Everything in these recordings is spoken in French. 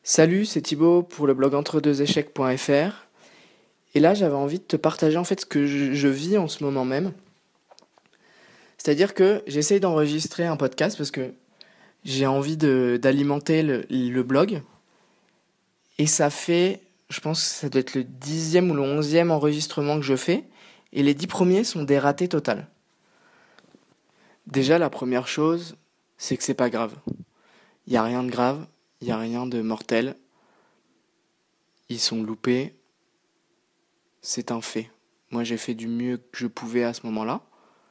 Salut, c'est Thibaut pour le blog entredeuxéchecs.fr. Et là, j'avais envie de te partager en fait ce que je vis en ce moment même. C'est-à-dire que j'essaye d'enregistrer un podcast parce que j'ai envie d'alimenter le blog. Et ça fait, je pense que ça doit être le 10e ou le 11e enregistrement que je fais. Et les 10 premiers sont des ratés totales. Déjà, la première chose, c'est que c'est pas grave. Il n'y a rien de grave, il n'y a rien de mortel. Ils sont loupés. C'est un fait. Moi, j'ai fait du mieux que je pouvais à ce moment-là,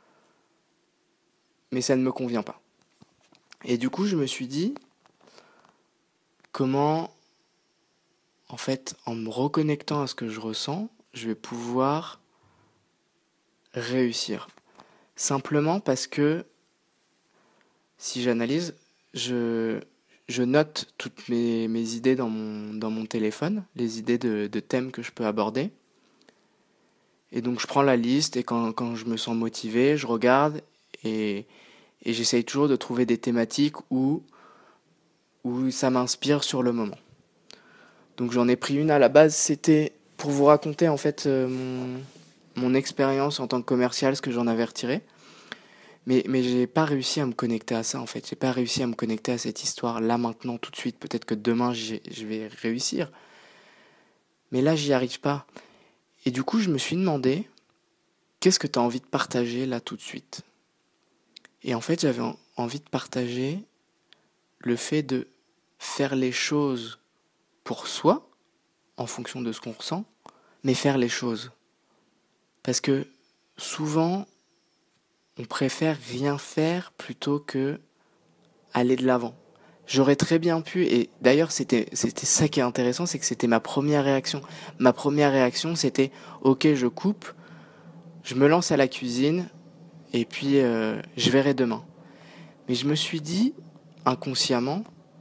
mais ça ne me convient pas. Et du coup, je me suis dit, comment, en fait, en me reconnectant à ce que je ressens, je vais pouvoir réussir. Simplement parce que, si j'analyse, je note toutes mes idées dans mon téléphone, les idées de thèmes que je peux aborder. Et donc, je prends la liste et quand je me sens motivé, je regarde et j'essaye toujours de trouver des thématiques où ça m'inspire sur le moment. Donc j'en ai pris une à la base, c'était pour vous raconter en fait mon expérience en tant que commercial, ce que j'en avais retiré. Mais j'ai pas réussi à me connecter à ça en fait. J'ai pas réussi à me connecter à cette histoire là maintenant tout de suite. Peut-être que demain je vais réussir. Mais là j'y arrive pas. Et du coup je me suis demandé, qu'est-ce que tu as envie de partager là tout de suite ? Et en fait j'avais envie de partager le fait de faire les choses pour soi, en fonction de ce qu'on ressent, mais faire les choses. Parce que souvent, on préfère rien faire plutôt que aller de l'avant. J'aurais très bien pu, et d'ailleurs c'était ça qui est intéressant, c'est que c'était ma première réaction. Ma première réaction c'était, ok je coupe, je me lance à la cuisine, et puis je verrai demain. Mais je me suis dit, inconsciemment,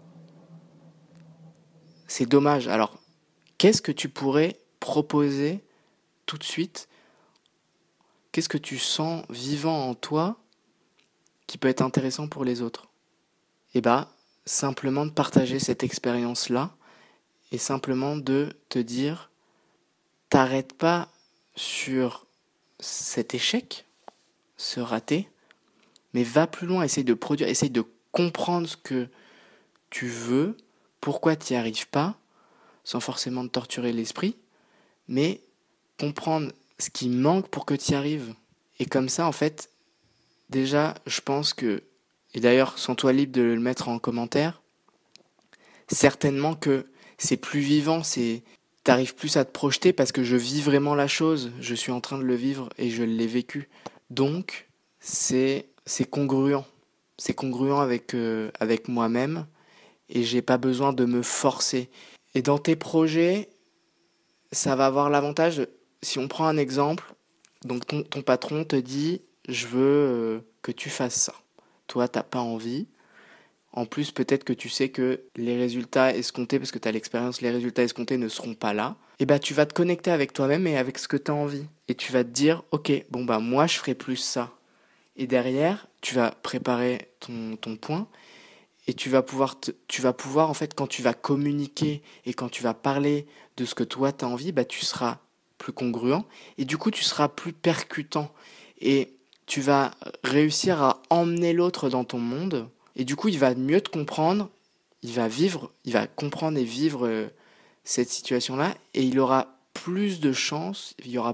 c'est dommage. Alors, qu'est-ce que tu pourrais proposer tout de suite ? Qu'est-ce que tu sens vivant en toi qui peut être intéressant pour les autres ? Et simplement de partager cette expérience-là et simplement de te dire, t'arrêtes pas sur cet échec, ce raté, mais va plus loin, essaye de produire, essaye de comprendre ce que tu veux, pourquoi tu n'y arrives pas, sans forcément te torturer l'esprit, mais comprendre ce qui manque pour que tu y arrives. Et comme ça, en fait, déjà, je pense que, et d'ailleurs, sens-toi libre de le mettre en commentaire, certainement que c'est plus vivant, t'arrives plus à te projeter parce que je vis vraiment la chose, je suis en train de le vivre et je l'ai vécu. Donc, c'est congruent. C'est congruent avec moi-même et j'ai pas besoin de me forcer. Et dans tes projets, ça va avoir l'avantage, si on prend un exemple, donc ton patron te dit, je veux que tu fasses ça. Toi, t'as pas envie. En plus, peut-être que tu sais que les résultats escomptés, parce que tu as l'expérience, les résultats escomptés ne seront pas là. Et tu vas te connecter avec toi-même et avec ce que tu as envie. Et tu vas te dire, ok, moi je ferai plus ça. Et derrière, tu vas préparer ton point et tu vas pouvoir en fait, quand tu vas communiquer et quand tu vas parler de ce que toi tu as envie, tu seras plus congruent et du coup tu seras plus percutant. Et tu vas réussir à emmener l'autre dans ton monde. Et du coup, il va mieux te comprendre, il va comprendre et vivre cette situation-là, et il y aura plus de chances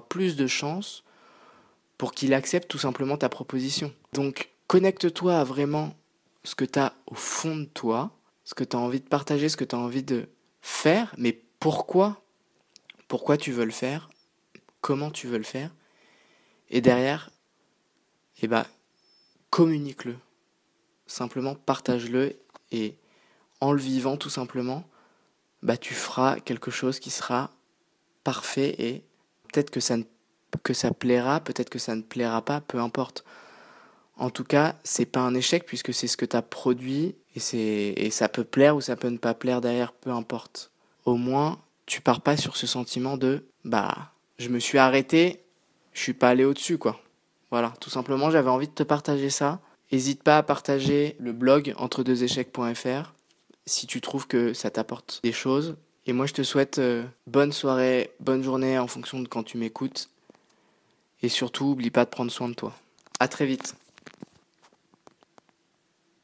pour qu'il accepte tout simplement ta proposition. Donc, connecte-toi à vraiment ce que tu as au fond de toi, ce que tu as envie de partager, ce que tu as envie de faire, mais pourquoi tu veux le faire, comment tu veux le faire, et derrière, communique-le. Simplement partage-le et en le vivant tout simplement, tu feras quelque chose qui sera parfait et peut-être que ça plaira, peut-être que ça ne plaira pas, peu importe. En tout cas, c'est pas un échec puisque c'est ce que tu as produit et ça peut plaire ou ça peut ne pas plaire derrière, peu importe. Au moins, tu pars pas sur ce sentiment de je me suis arrêté, je suis pas allé au-dessus quoi. Voilà, tout simplement, j'avais envie de te partager ça. N'hésite pas à partager le blog entredeuxéchecs.fr si tu trouves que ça t'apporte des choses. Et moi, je te souhaite bonne soirée, bonne journée en fonction de quand tu m'écoutes. Et surtout, oublie pas de prendre soin de toi. À très vite.